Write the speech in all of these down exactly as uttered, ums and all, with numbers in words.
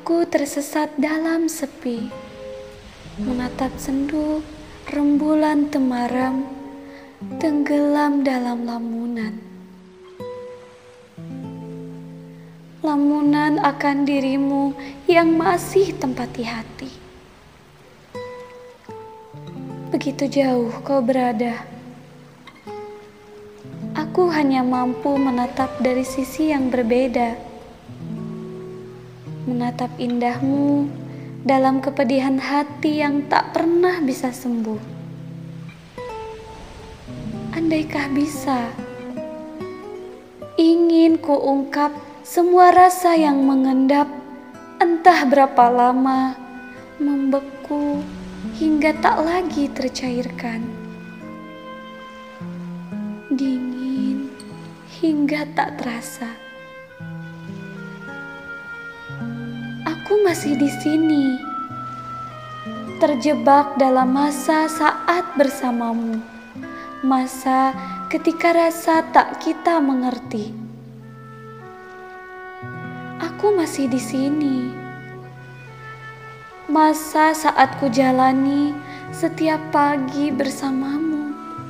Aku tersesat dalam sepi, menatap sendu rembulan temaram, tenggelam dalam lamunan. Lamunan akan dirimu yang masih tempati hati. Begitu jauh kau berada. Aku hanya mampu menatap dari sisi yang berbeda. Menatap indahmu dalam kepedihan hati yang tak pernah bisa sembuh. Andaikah bisa, ingin ku ungkap semua rasa yang mengendap, entah berapa lama, membeku hingga tak lagi tercairkan. Dingin hingga tak terasa. Aku masih di sini, terjebak dalam masa saat bersamamu, masa ketika rasa tak kita mengerti. Aku masih di sini, masa saat ku jalani setiap pagi bersamamu.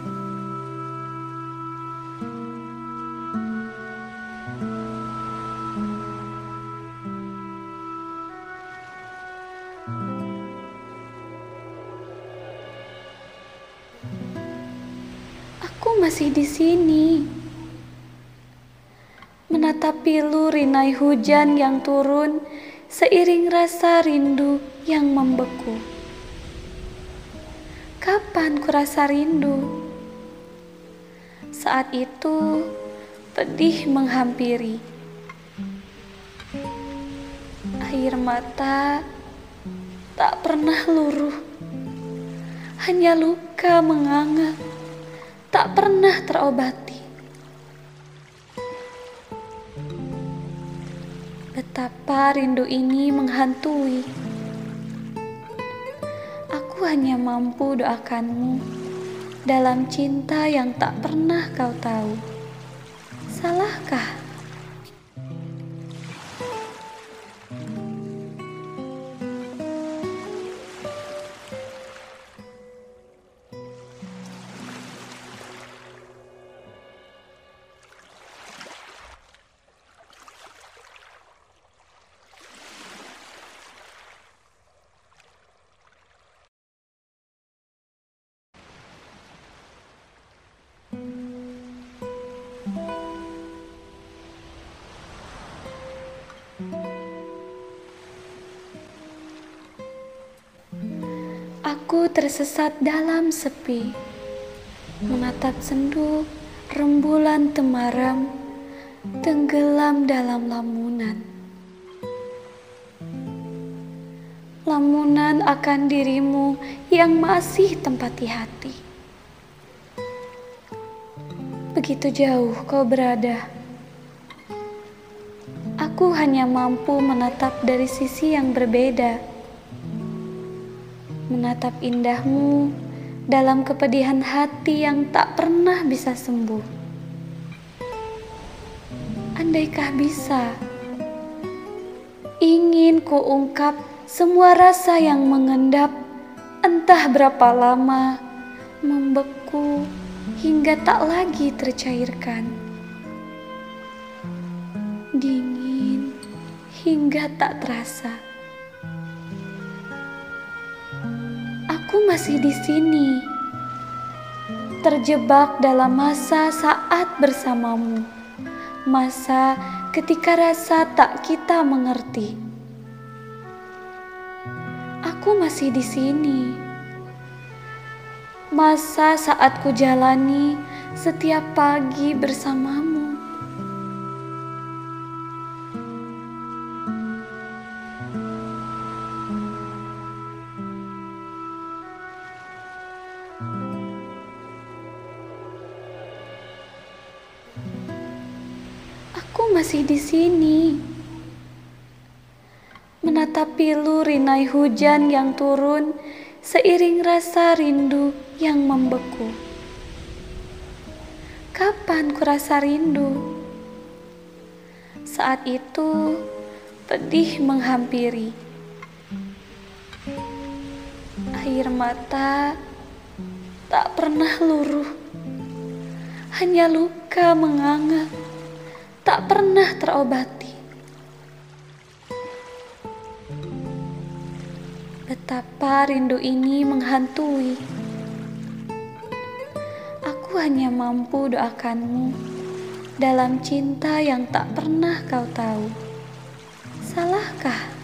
Aku masih di sini, menatap pilu rinai hujan yang turun seiring rasa rindu yang membeku. Kapan ku rasa rindu? Saat itu pedih menghampiri. Air mata tak pernah luruh, hanya luka menganga tak pernah terobati. Betapa rindu ini menghantui. Aku hanya mampu doakanmu dalam cinta yang tak pernah kau tahu. Salahkah? Aku tersesat dalam sepi, menatap sendu rembulan temaram, tenggelam dalam lamunan. Lamunan akan dirimu yang masih tempati hati. Begitu jauh kau berada. Aku hanya mampu menatap dari sisi yang berbeda. Menatap indahmu dalam kepedihan hati yang tak pernah bisa sembuh. Andaikah bisa, ingin ku ungkap semua rasa yang mengendap, entah berapa lama, membeku hingga tak lagi tercairkan. Dingin hingga tak terasa. Aku masih di sini, terjebak dalam masa saat bersamamu, masa ketika rasa tak kita mengerti. Aku masih di sini, masa saat ku jalani setiap pagi bersamamu. Aku masih di sini, menatap pilu rinai hujan yang turun seiring rasa rindu yang membeku. Kapan ku rasa rindu? Saat itu pedih menghampiri. Air mata tak pernah luruh, hanya luka menganga, tak pernah terobati. Betapa rindu ini menghantui. Aku hanya mampu doakanmu dalam cinta yang tak pernah kau tahu. Salahkah